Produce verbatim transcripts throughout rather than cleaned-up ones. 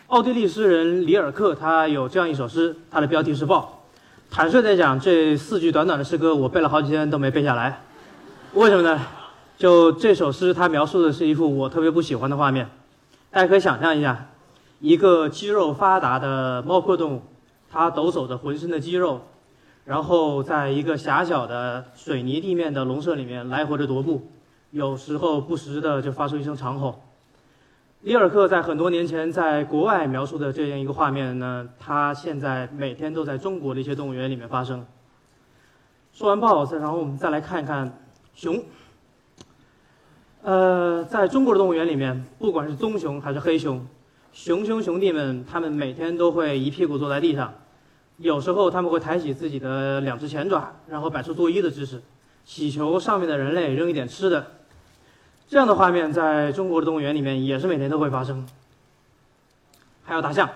奥地利诗人里尔克他有这样一首诗，他的标题是《豹》。坦率地讲，这四句短短的诗歌我背了好几天都没背下来。为什么呢？就这首诗，它描述的是一幅我特别不喜欢的画面。大家可以想象一下，一个肌肉发达的猫科动物，它抖擞着浑身的肌肉，然后在一个狭小的水泥地面的笼舍里面来回的踱步，有时候不时的就发出一声长吼。里尔克在很多年前在国外描述的这样一个画面呢，他现在每天都在中国的一些动物园里面发生。说完豹，然后我们再来看一看熊。呃，在中国的动物园里面，不管是棕熊还是黑熊，熊兄兄弟们他们每天都会一屁股坐在地上，有时候他们会抬起自己的两只前爪，然后摆出作揖的姿势，祈求上面的人类扔一点吃的。这样的画面在中国的动物园里面也是每天都会发生。还有大象。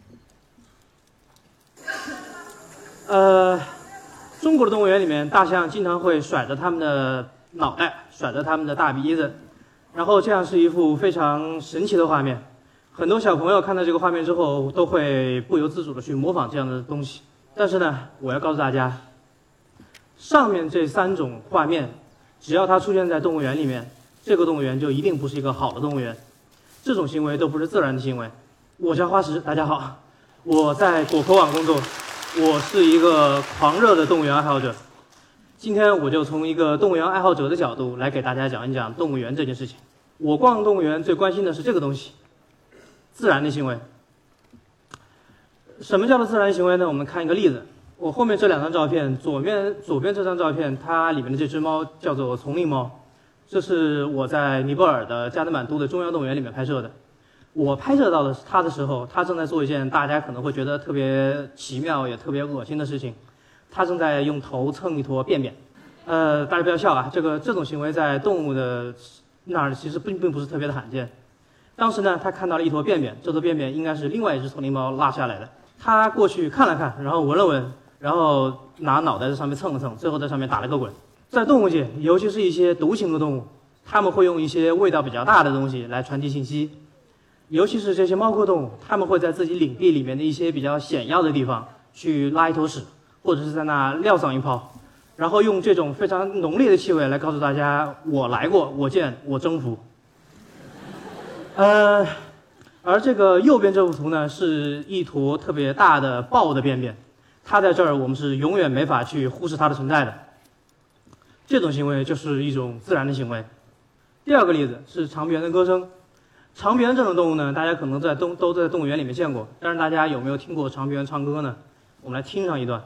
呃，中国的动物园里面，大象经常会甩着他们的脑袋，甩着他们的大鼻子，然后这样是一幅非常神奇的画面。很多小朋友看到这个画面之后，都会不由自主的去模仿这样的东西。但是呢，我要告诉大家，上面这三种画面，只要它出现在动物园里面，这个动物园就一定不是一个好的动物园，这种行为都不是自然的行为。我叫花石，大家好，我在果壳网工作，我是一个狂热的动物园爱好者。今天我就从一个动物园爱好者的角度来给大家讲一讲动物园这件事情。我逛动物园最关心的是这个东西，自然的行为。什么叫做自然行为呢？我们看一个例子。我后面这两张照片，左边左边这张照片，它里面的这只猫叫做丛林猫。这是我在尼泊尔的加德满都的中央动物园里面拍摄的。我拍摄到的它的时候，它正在做一件大家可能会觉得特别奇妙也特别恶心的事情，它正在用头蹭一坨便便。呃，大家不要笑啊，这个这种行为在动物的那儿其实并并不是特别的罕见。当时呢，他看到了一坨便便，这坨便便应该是另外一只丛林猫拉下来的。他过去看了看，然后闻了闻，然后拿脑袋在上面蹭了蹭，最后在上面打了个滚。在动物界，尤其是一些独行的动物，他们会用一些味道比较大的东西来传递信息。尤其是这些猫科动物，他们会在自己领地里面的一些比较险要的地方去拉一坨屎，或者是在那撂上一泡，然后用这种非常浓烈的气味来告诉大家：我来过，我见，我征服。呃，而这个右边这幅图呢，是一坨特别大的豹的便便，它在这儿我们是永远没法去忽视它的存在的。这种行为就是一种自然的行为。第二个例子是长鼻猿的歌声。长鼻猿这种动物呢，大家可能在动都在动物园里面见过，但是大家有没有听过长鼻猿唱歌呢？我们来听上一段。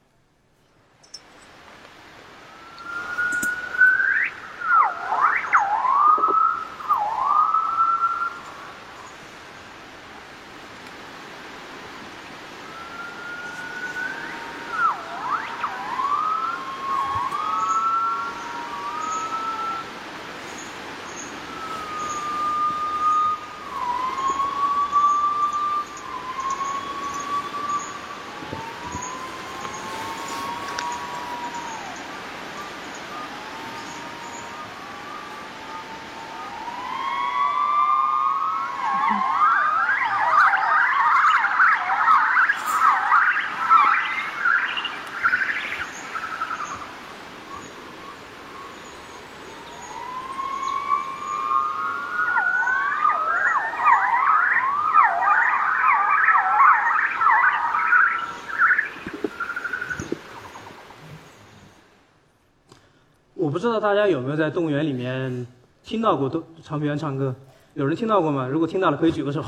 我不知道大家有没有在动物园里面听到过长鼻猿唱歌？有人听到过吗？如果听到了，可以举个手。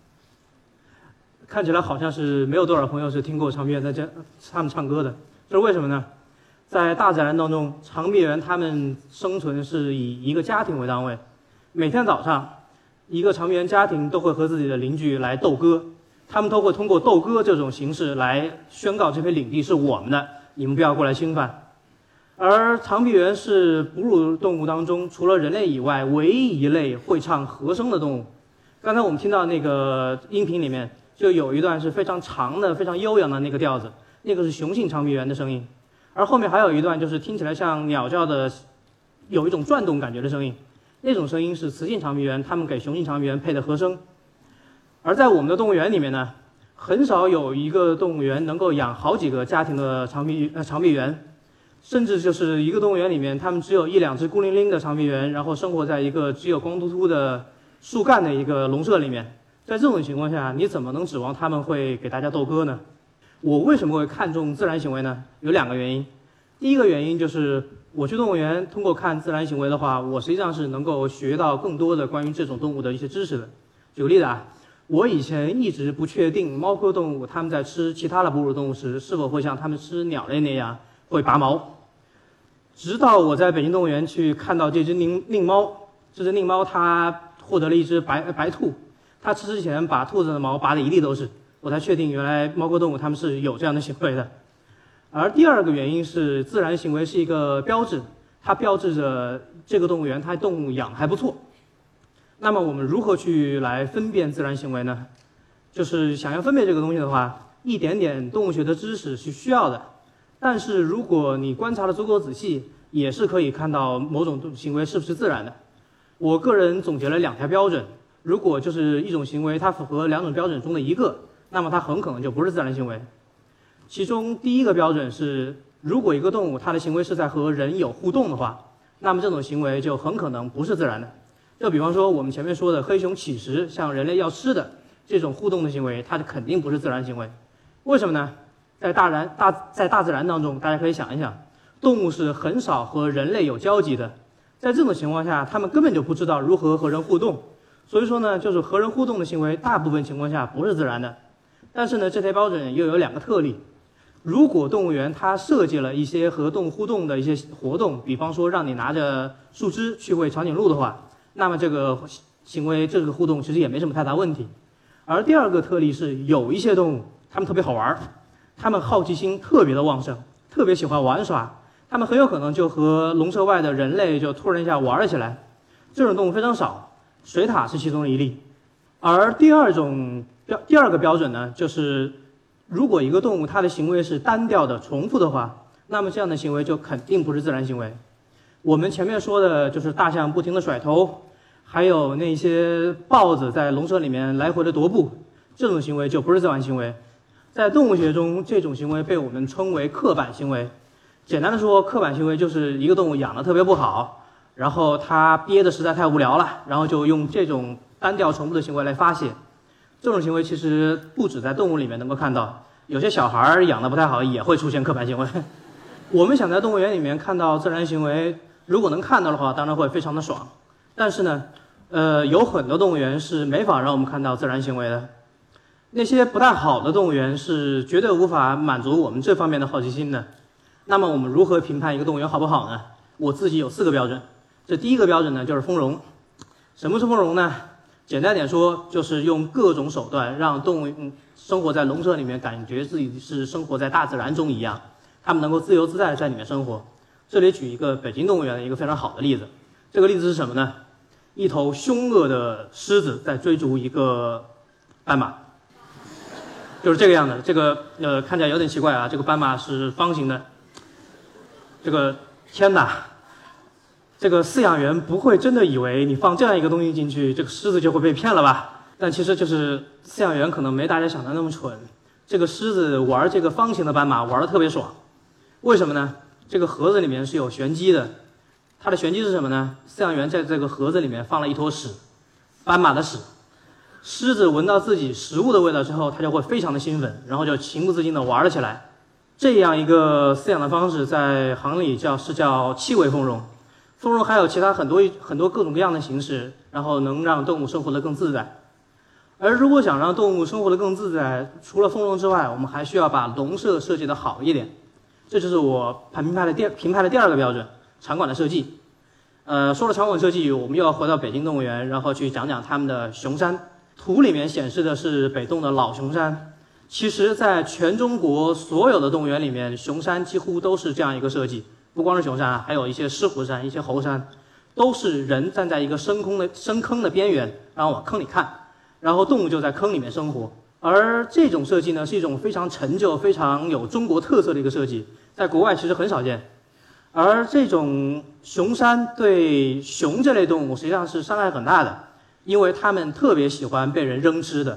看起来好像是没有多少朋友是听过长鼻猿在这他们唱歌的，这是为什么呢？在大自然当中，长鼻猿它们生存是以一个家庭为单位，每天早上，一个长鼻猿家庭都会和自己的邻居来斗歌，他们都会通过斗歌这种形式来宣告这片领地是我们的，你们不要过来侵犯。而长鼻猿是哺乳动物当中除了人类以外唯一一类会唱和声的动物。刚才我们听到那个音频里面就有一段是非常长的非常悠扬的那个调子，那个是雄性长鼻猿的声音，而后面还有一段就是听起来像鸟叫的有一种转动感觉的声音，那种声音是雌性长鼻猿他们给雄性长鼻猿配的和声。 而在我们的动物园里面呢，很少有一个动物园能够养好几个家庭的长臂呃长臂猿，甚至就是一个动物园里面，他们只有一两只孤零零的长臂猿，然后生活在一个只有光秃秃的树干的一个笼舍里面。在这种情况下，你怎么能指望他们会给大家斗歌呢？我为什么会看重自然行为呢？有两个原因。第一个原因就是我去动物园，通过看自然行为的话，我实际上是能够学到更多的关于这种动物的一些知识的。举个例子啊，我以前一直不确定猫科动物它们在吃其他的哺乳动物时，是否会像它们吃鸟类那样会拔毛。直到我在北京动物园去看到这只狞狞猫，这只狞猫它获得了一只白白兔，它吃之前把兔子的毛拔得一地都是，我才确定原来猫科动物它们是有这样的行为的。而第二个原因是，自然行为是一个标志，它标志着这个动物园它动物养还不错。那么我们如何去来分辨自然行为呢？就是想要分辨这个东西的话，一点点动物学的知识是需要的。但是如果你观察的足够仔细，也是可以看到某种行为是不是自然的。我个人总结了两条标准，如果就是一种行为它符合两种标准中的一个，那么它很可能就不是自然行为。其中第一个标准是，如果一个动物它的行为是在和人有互动的话，那么这种行为就很可能不是自然的。就比方说我们前面说的黑熊乞食，像人类要吃的这种互动的行为，它就肯定不是自然行为。为什么呢？在大然大在大自然当中，大家可以想一想，动物是很少和人类有交集的，在这种情况下，它们根本就不知道如何和人互动。所以说呢，就是和人互动的行为，大部分情况下不是自然的。但是呢，这条标准又有两个特例。如果动物园它设计了一些和动物互动的一些活动，比方说让你拿着树枝去喂长颈鹿的话，那么这个行为这个互动其实也没什么太大问题。而第二个特例是，有一些动物它们特别好玩，它们好奇心特别的旺盛，特别喜欢玩耍，它们很有可能就和笼舍外的人类就突然一下玩了起来。这种动物非常少，水獭是其中的一例。而第二种标第二个标准呢，就是如果一个动物它的行为是单调的重复的话，那么这样的行为就肯定不是自然行为。我们前面说的就是大象不停的甩头，还有那些豹子在笼舍里面来回的踱步，这种行为就不是自然行为。在动物学中，这种行为被我们称为刻板行为。简单的说，刻板行为就是一个动物养得特别不好，然后它憋得实在太无聊了，然后就用这种单调重复的行为来发泄。这种行为其实不止在动物里面能够看到，有些小孩养得不太好也会出现刻板行为。我们想在动物园里面看到自然行为，如果能看到的话，当然会非常的爽。但是呢，呃，有很多动物园是没法让我们看到自然行为的。那些不太好的动物园是绝对无法满足我们这方面的好奇心的。那么我们如何评判一个动物园好不好呢？我自己有四个标准。这第一个标准呢，就是丰容。什么是丰容呢？简单点说，就是用各种手段让动物生活在笼舍里面，感觉自己是生活在大自然中一样，它们能够自由自在地在里面生活。这里举一个北京动物园的一个非常好的例子。这个例子是什么呢？一头凶恶的狮子在追逐一个斑马，就是这个样子。这个呃看起来有点奇怪啊，这个斑马是方形的。这个天哪！这个饲养员不会真的以为你放这样一个东西进去，这个狮子就会被骗了吧？但其实就是饲养员可能没大家想的那么蠢。这个狮子玩这个方形的斑马玩得特别爽，为什么呢？这个盒子里面是有玄机的，它的玄机是什么呢？饲养员在这个盒子里面放了一坨屎，斑马的屎。狮子闻到自己食物的味道之后，它就会非常的兴奋，然后就情不自禁地玩了起来。这样一个饲养的方式，在行里叫是叫七维丰容。丰容还有其他很多很多各种各样的形式，然后能让动物生活得更自在。而如果想让动物生活得更自在，除了丰容之外，我们还需要把笼舍设计得好一点。这就是我评判的第评判的第二个标准，场馆的设计。呃，说了场馆设计，我们又要回到北京动物园，然后去讲讲他们的熊山。图里面显示的是北洞的老熊山。其实在全中国所有的动物园里面，熊山几乎都是这样一个设计。不光是熊山，还有一些狮虎山、一些猴山，都是人站在一个深空的深坑的边缘，然后往坑里看，然后动物就在坑里面生活。而这种设计呢，是一种非常陈旧、非常有中国特色的一个设计，在国外其实很少见。而这种熊山对熊这类动物实际上是伤害很大的，因为它们特别喜欢被人扔吃的。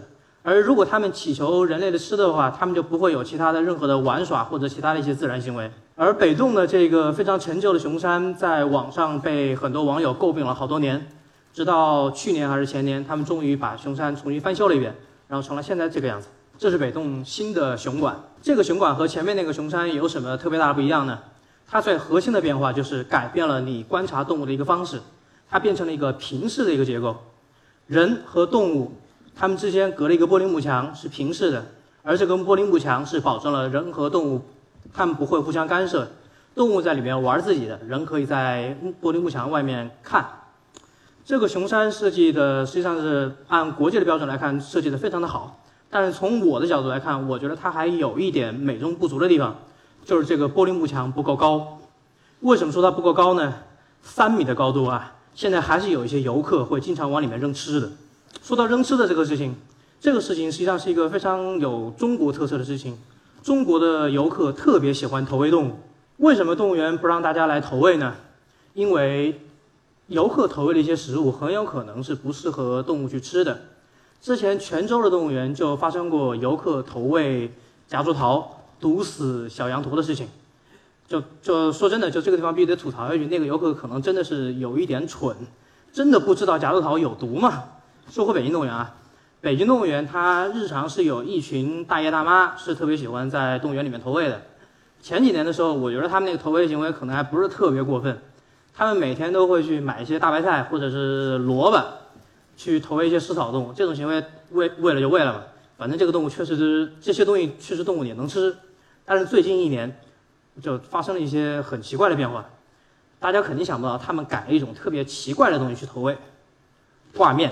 而如果它们祈求人类的吃的话，它们就不会有其他的任何的玩耍或者其他的一些自然行为。而北洞的这个非常陈旧的熊山，在网上被很多网友诟病了好多年，直到去年还是前年，他们终于把熊山重新翻修了一遍，然后成了现在这个样子。这是北洞新的熊馆，这个熊馆和前面那个熊山有什么特别大的不一样呢？它最核心的变化就是改变了你观察动物的一个方式，它变成了一个平视的一个结构。人和动物它们之间隔了一个玻璃幕墙，是平视的，而这个玻璃幕墙是保证了人和动物它们不会互相干涉，动物在里面玩自己的，人可以在玻璃幕墙外面看。这个熊山设计的实际上是按国际的标准来看设计的非常的好，但是从我的角度来看，我觉得它还有一点美中不足的地方，就是这个玻璃幕墙不够高。为什么说它不够高呢？三米的高度啊，现在还是有一些游客会经常往里面扔吃的。说到扔吃的这个事情，这个事情实际上是一个非常有中国特色的事情。中国的游客特别喜欢投喂动物。为什么动物园不让大家来投喂呢？因为游客投喂的一些食物很有可能是不适合动物去吃的。之前泉州的动物园就发生过游客投喂夹竹桃毒死小羊驼的事情。就就说真的，就这个地方必须得吐槽一句，那个游客可能真的是有一点蠢，真的不知道夹竹桃有毒吗？说回北京动物园啊，北京动物园它日常是有一群大爷大妈是特别喜欢在动物园里面投喂的。前几年的时候，我觉得他们那个投喂行为可能还不是特别过分，他们每天都会去买一些大白菜或者是萝卜，去投喂一些食草动物。这种行为喂喂了就喂了嘛，反正这个动物确实是这些东西确实动物也能吃。但是最近一年就发生了一些很奇怪的变化，大家肯定想不到，他们改了一种特别奇怪的东西去投喂，挂面。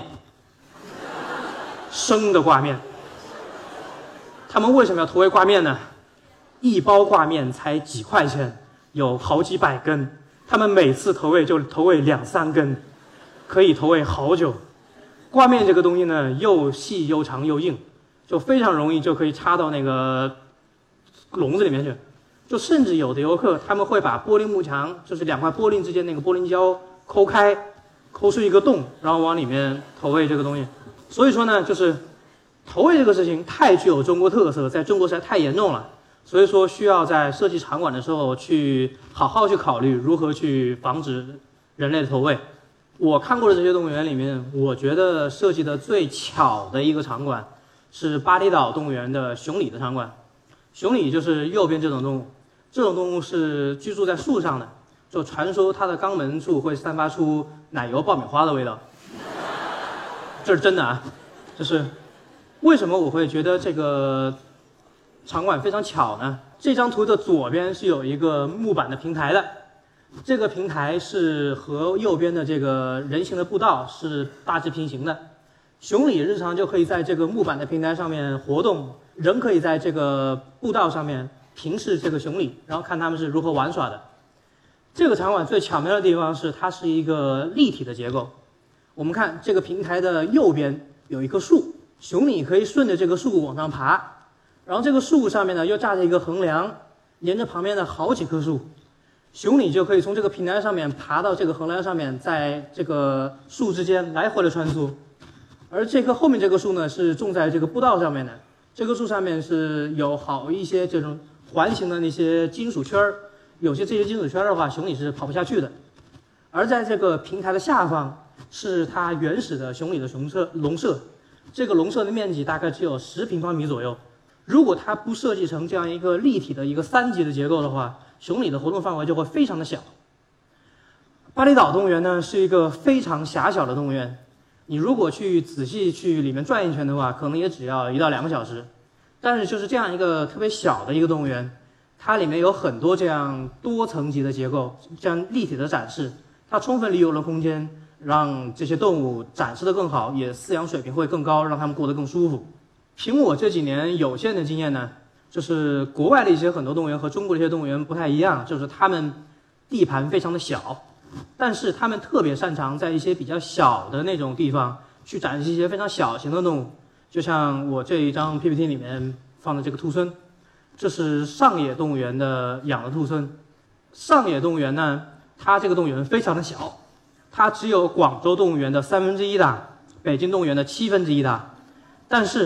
生的挂面。他们为什么要投喂挂面呢？一包挂面才几块钱，有好几百根，他们每次投喂就投喂两三根，可以投喂好久。挂面这个东西呢，又细又长又硬，就非常容易就可以插到那个笼子里面去。就甚至有的游客他们会把玻璃幕墙，就是两块玻璃之间那个玻璃胶抠开，抠出一个洞，然后往里面投喂这个东西。所以说呢，就是投喂这个事情太具有中国特色，在中国实在太严重了，所以说需要在设计场馆的时候去好好去考虑如何去防止人类的投喂。我看过的这些动物园里面，我觉得设计的最巧的一个场馆是巴厘岛动物园的熊狸的场馆。熊狸就是右边这种动物，这种动物是居住在树上的，就传说它的肛门处会散发出奶油爆米花的味道。这是真的啊，就是为什么我会觉得这个场馆非常巧呢？这张图的左边是有一个木板的平台的，这个平台是和右边的这个人行的步道是大致平行的。熊狸日常就可以在这个木板的平台上面活动，人可以在这个步道上面平视这个熊狸，然后看它们是如何玩耍的。这个场馆最巧妙的地方是它是一个立体的结构。我们看这个平台的右边有一棵树，熊狸可以顺着这个树往上爬，然后这个树上面呢又架着一个横梁，连着旁边的好几棵树，熊狸就可以从这个平台上面爬到这个横梁上面，在这个树之间来回的穿梭。而这棵后面这棵树呢是种在这个步道上面的，这棵树上面是有好一些这种环形的那些金属圈儿，有些这些金属圈的话，熊狸是跑不下去的。而在这个平台的下方是它原始的熊狸的笼舍，笼舍，这个笼舍的面积大概只有十平方米左右。如果它不设计成这样一个立体的一个三级的结构的话，熊狸的活动范围就会非常的小。巴厘岛动物园呢是一个非常狭小的动物园，你如果去仔细去里面转一圈的话，可能也只要一到两个小时。但是就是这样一个特别小的一个动物园，它里面有很多这样多层级的结构，这样立体的展示，它充分利用了空间，让这些动物展示得更好，也饲养水平会更高，让它们过得更舒服。凭我这几年有限的经验呢，就是国外的一些很多动物园和中国的一些动物园不太一样，就是他们地盘非常的小，但是他们特别擅长在一些比较小的那种地方去展示一些非常小型的动物。就像我这一张 P P T 里面放的这个兔狲，这是上野动物园的养的兔狲。上野动物园呢，它这个动物园非常的小，它只有广州动物园的三分之一大，北京动物园的七分之一大。但是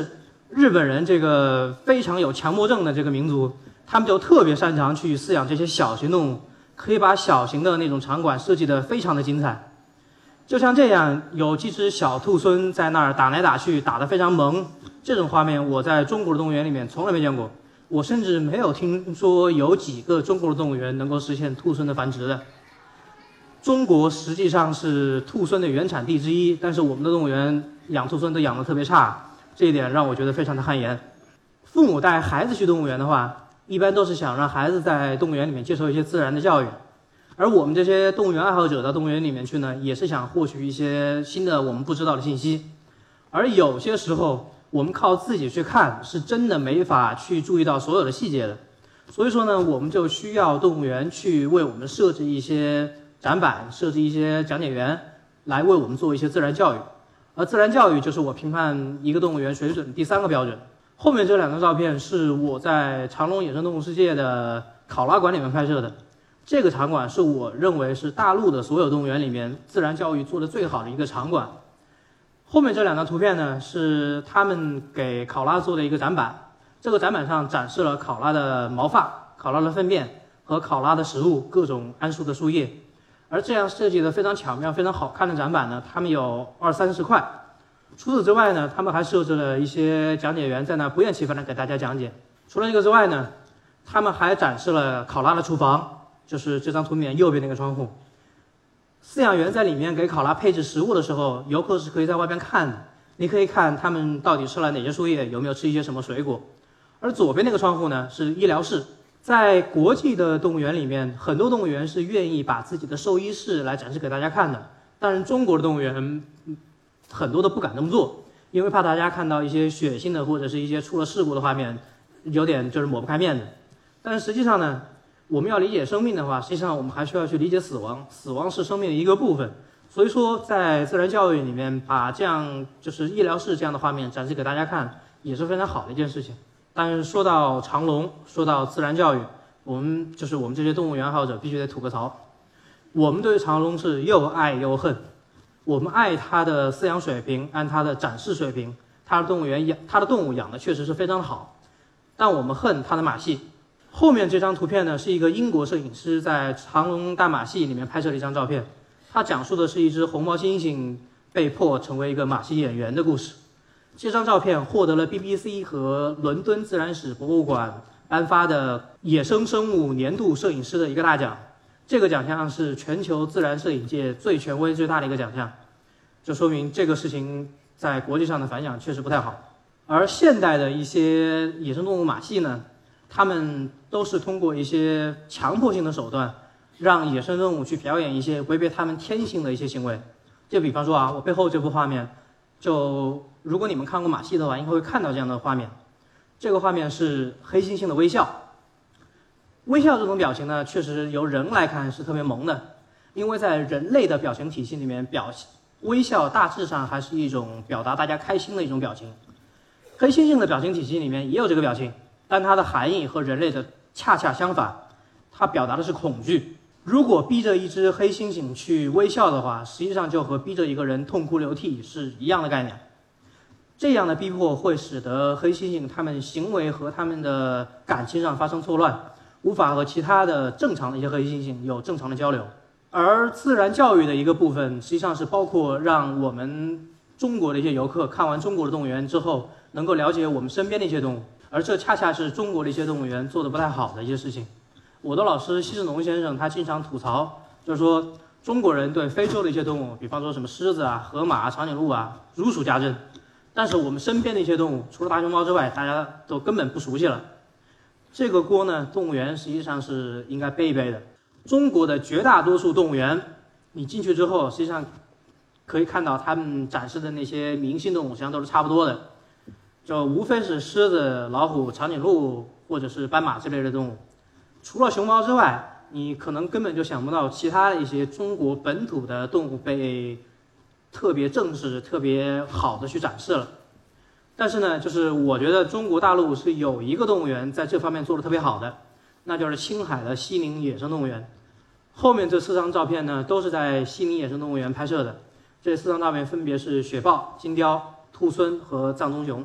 日本人这个非常有强迫症的这个民族，他们就特别擅长去饲养这些小型动物，可以把小型的那种场馆设计得非常的精彩。就像这样，有几只小兔狲在那儿打来打去，打得非常萌，这种画面我在中国的动物园里面从来没见过。我甚至没有听说有几个中国的动物园能够实现兔狲的繁殖的。中国实际上是兔狲的原产地之一，但是我们的动物园养兔狲都养得特别差，这一点让我觉得非常的汗颜。父母带孩子去动物园的话，一般都是想让孩子在动物园里面接受一些自然的教育，而我们这些动物园爱好者到动物园里面去呢，也是想获取一些新的我们不知道的信息。而有些时候我们靠自己去看，是真的没法去注意到所有的细节的。所以说呢，我们就需要动物园去为我们设置一些展板，设置一些讲解员，来为我们做一些自然教育。而自然教育就是我评判一个动物园水准的第三个标准。后面这两张照片是我在长隆野生动物世界的考拉馆里面拍摄的。这个场馆是我认为是大陆的所有动物园里面自然教育做得最好的一个场馆。后面这两张图片呢，是他们给考拉做的一个展板。这个展板上展示了考拉的毛发、考拉的粪便和考拉的食物，各种桉树的树叶。而这样设计的非常巧妙、非常好看的展板呢，他们有二三十块。除此之外呢，他们还设置了一些讲解员在那不厌其烦地给大家讲解。除了这个之外呢，他们还展示了考拉的厨房，就是这张图里面右边那个窗户。饲养员在里面给考拉配置食物的时候，游客是可以在外边看的。你可以看他们到底吃了哪些树叶，有没有吃一些什么水果。而左边那个窗户呢，是医疗室。在国际的动物园里面，很多动物园是愿意把自己的兽医室来展示给大家看的，但是中国的动物园很多都不敢这么做，因为怕大家看到一些血腥的或者是一些出了事故的画面，有点就是抹不开面子。但是实际上呢，我们要理解生命的话，实际上我们还需要去理解死亡，死亡是生命的一个部分。所以说在自然教育里面，把这样就是医疗室这样的画面展示给大家看，也是非常好的一件事情。但是说到长隆，说到自然教育，我们就是我们这些动物园爱好者必须得吐个槽。我们对长隆是又爱又恨。我们爱它的饲养水平，按它的展示水平，它的动物园养它的动物养的确实是非常好，但我们恨它的马戏。后面这张图片呢，是一个英国摄影师在长隆大马戏里面拍摄的一张照片，它讲述的是一只红毛猩猩被迫成为一个马戏演员的故事。这张照片获得了 B B C 和伦敦自然史博物馆颁发的野生生物年度摄影师的一个大奖。这个奖项是全球自然摄影界最权威最大的一个奖项，就说明这个事情在国际上的反响确实不太好。而现代的一些野生动物马戏呢，他们都是通过一些强迫性的手段，让野生动物去表演一些违背他们天性的一些行为。就比方说啊，我背后这幅画面，就如果你们看过马戏的话，应该会看到这样的画面。这个画面是黑猩猩的微笑。微笑这种表情呢，确实由人来看是特别萌的，因为在人类的表情体系里面，表微笑大致上还是一种表达大家开心的一种表情。黑猩猩的表情体系里面也有这个表情，但它的含义和人类的恰恰相反，它表达的是恐惧。如果逼着一只黑猩猩去微笑的话，实际上就和逼着一个人痛哭流涕是一样的概念。这样的逼迫会使得黑猩猩他们行为和他们的感情上发生错乱，无法和其他的正常的一些黑猩猩有正常的交流。而自然教育的一个部分，实际上是包括让我们中国的一些游客看完中国的动物园之后，能够了解我们身边的一些动物，而这恰恰是中国的一些动物园做的不太好的一些事情。我的老师奚世农先生他经常吐槽，就是说中国人对非洲的一些动物，比方说什么狮子啊、河马啊、长颈鹿啊如数家珍，但是我们身边的一些动物，除了大熊猫之外，大家都根本不熟悉了。这个锅呢，动物园实际上是应该背一背的。中国的绝大多数动物园，你进去之后，实际上可以看到他们展示的那些明星动物，实际上都是差不多的，就无非是狮子、老虎、长颈鹿或者是斑马之类的动物。除了熊猫之外，你可能根本就想不到其他的一些中国本土的动物被特别正式、特别好的去展示了。但是呢，就是我觉得中国大陆是有一个动物园在这方面做的特别好的，那就是青海的西宁野生动物园。后面这四张照片呢，都是在西宁野生动物园拍摄的。这四张照片分别是雪豹、金雕、兔狲和藏棕熊。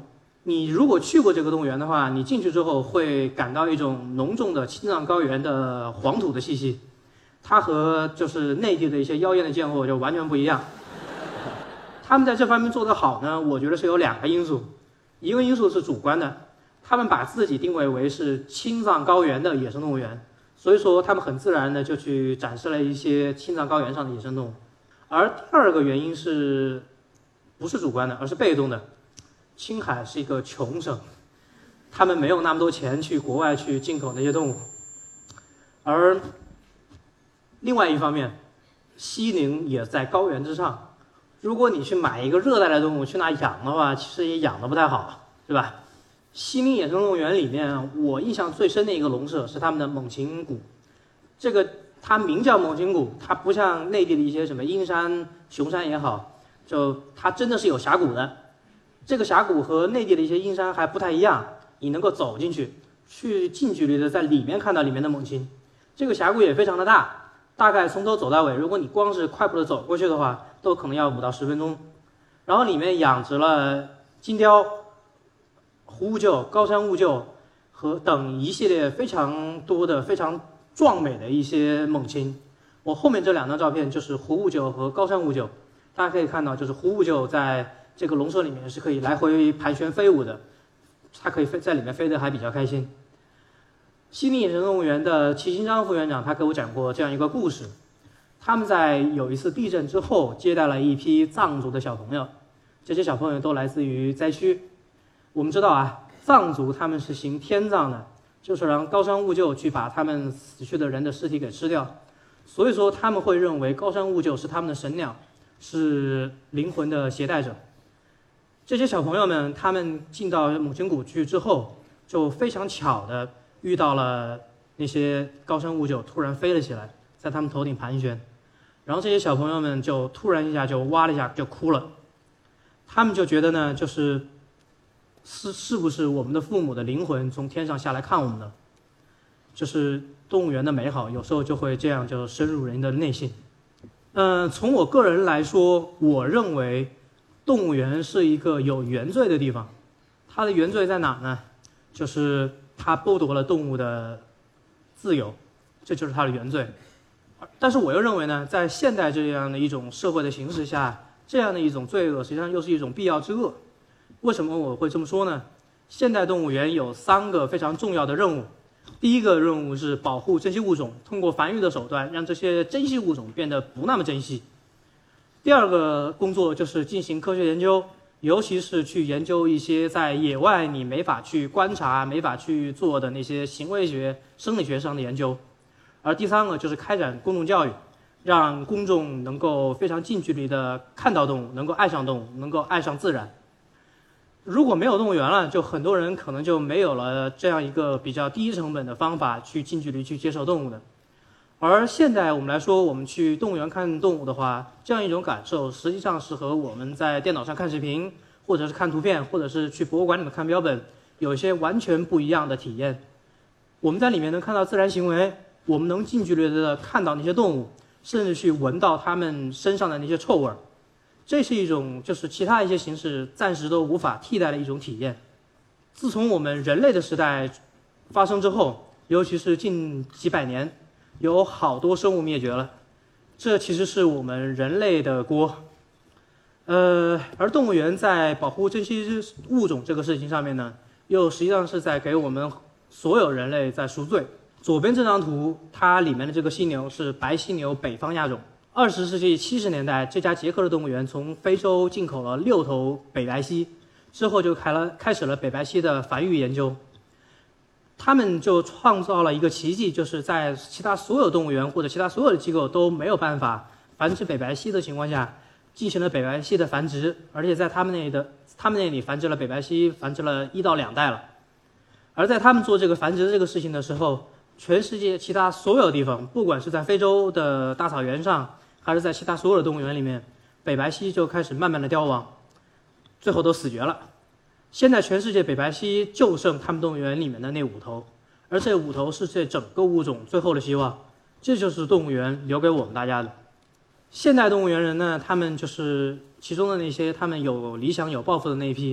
你如果去过这个动物园的话，你进去之后会感到一种浓重的青藏高原的黄土的气息，它和就是内地的一些妖艳的贱货就完全不一样。他们在这方面做得好呢，我觉得是有两个因素，一个因素是主观的，他们把自己定位为是青藏高原的野生动物园，所以说他们很自然的就去展示了一些青藏高原上的野生动物。而第二个原因是不是主观的，而是被动的。青海是一个穷省，他们没有那么多钱去国外去进口那些动物。而另外一方面，西宁也在高原之上，如果你去买一个热带的动物去那养的话，其实也养得不太好，是吧？西宁野生动物园里面，我印象最深的一个笼舍是他们的猛禽谷。这个它名叫猛禽谷，它不像内地的一些什么阴山、熊山也好，就它真的是有峡谷的。这个峡谷和内地的一些阴山还不太一样，你能够走进去，去近距离的在里面看到里面的猛禽。这个峡谷也非常的大，大概从头走到尾，如果你光是快步的走过去的话，都可能要五到十分钟。然后里面养殖了金雕、胡乌桕、高山乌桕和等一系列非常多的非常壮美的一些猛禽。我后面这两张照片就是胡乌桕和高山乌桕，大家可以看到，就是胡乌桕在这个笼舍里面是可以来回盘旋飞舞的，它可以飞在里面飞得还比较开心。西宁野生动物园的齐新章副园长他给我讲过这样一个故事，他们在有一次地震之后接待了一批藏族的小朋友，这些小朋友都来自于灾区。我们知道啊，藏族他们是行天葬的，就是让高山乌桕去把他们死去的人的尸体给吃掉，所以说他们会认为高山乌桕是他们的神鸟，是灵魂的携带者。这些小朋友们他们进到猛禽谷去之后，就非常巧的遇到了那些高山乌桕突然飞了起来，在他们头顶盘旋，然后这些小朋友们就突然一下就哇了一下就哭了。他们就觉得呢，就是是是不是我们的父母的灵魂从天上下来看我们呢？就是动物园的美好有时候就会这样就深入人的内心。嗯、呃，从我个人来说，我认为动物园是一个有原罪的地方。它的原罪在哪呢？就是它剥夺了动物的自由，这就是它的原罪。但是我又认为呢，在现代这样的一种社会的形势下，这样的一种罪恶实际上又是一种必要之恶。为什么我会这么说呢？现代动物园有三个非常重要的任务。第一个任务是保护珍稀物种，通过繁育的手段让这些珍稀物种变得不那么珍稀。第二个工作就是进行科学研究，尤其是去研究一些在野外你没法去观察、没法去做的那些行为学、生理学上的研究。而第三个就是开展公众教育，让公众能够非常近距离的看到动物，能够爱上动物，能够爱上自然。如果没有动物园了，就很多人可能就没有了这样一个比较低成本的方法去近距离去接受动物的。而现在我们来说，我们去动物园看动物的话，这样一种感受实际上是和我们在电脑上看视频，或者是看图片，或者是去博物馆里面看标本，有一些完全不一样的体验。我们在里面能看到自然行为，我们能近距离的看到那些动物，甚至去闻到它们身上的那些臭味，这是一种就是其他一些形式暂时都无法替代的一种体验。自从我们人类的时代发生之后，尤其是近几百年，有好多生物灭绝了，这其实是我们人类的锅。呃，而动物园在保护珍稀物种这个事情上面呢，又实际上是在给我们所有人类在赎罪。左边这张图，它里面的这个犀牛是白犀牛北方亚种。二十世纪七十年代，这家捷克的动物园从非洲进口了六头北白犀，之后就开了开始了北白犀的繁育研究。他们就创造了一个奇迹，就是在其他所有动物园或者其他所有的机构都没有办法繁殖北白犀的情况下，进行了北白犀的繁殖，而且在他们那里的他们那里繁殖了北白犀，繁殖了一到两代了。而在他们做这个繁殖这个事情的时候，全世界其他所有地方，不管是在非洲的大草原上，还是在其他所有的动物园里面，北白犀就开始慢慢的凋亡，最后都死绝了。现在全世界北白犀就剩他们动物园里面的那五头，而这五头是这整个物种最后的希望，这就是动物园留给我们大家的。现代动物园人呢，他们就是其中的那些他们有理想有抱负的那一批，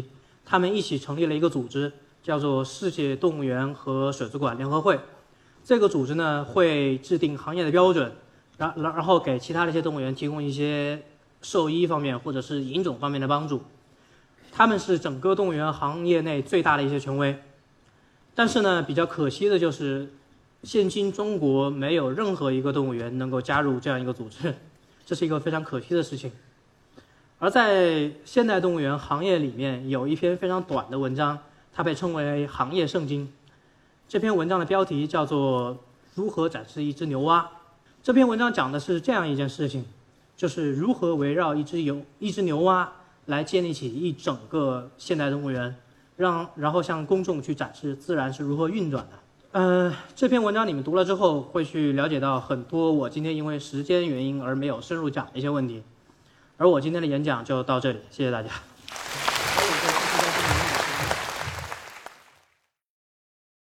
他们一起成立了一个组织，叫做世界动物园和水族馆联合会。这个组织呢会制定行业的标准，然然后给其他的一些动物园提供一些兽医方面或者是引种方面的帮助。他们是整个动物园行业内最大的一些权威。但是呢，比较可惜的就是，现今中国没有任何一个动物园能够加入这样一个组织，这是一个非常可惜的事情。而在现代动物园行业里面，有一篇非常短的文章，它被称为行业圣经。这篇文章的标题叫做《如何展示一只牛蛙》。这篇文章讲的是这样一件事情，就是如何围绕一只牛一只牛蛙来建立起一整个现代动物园，让然后向公众去展示自然是如何运转的。呃，这篇文章你们读了之后，会去了解到很多我今天因为时间原因而没有深入讲的一些问题。而我今天的演讲就到这里，谢谢大家。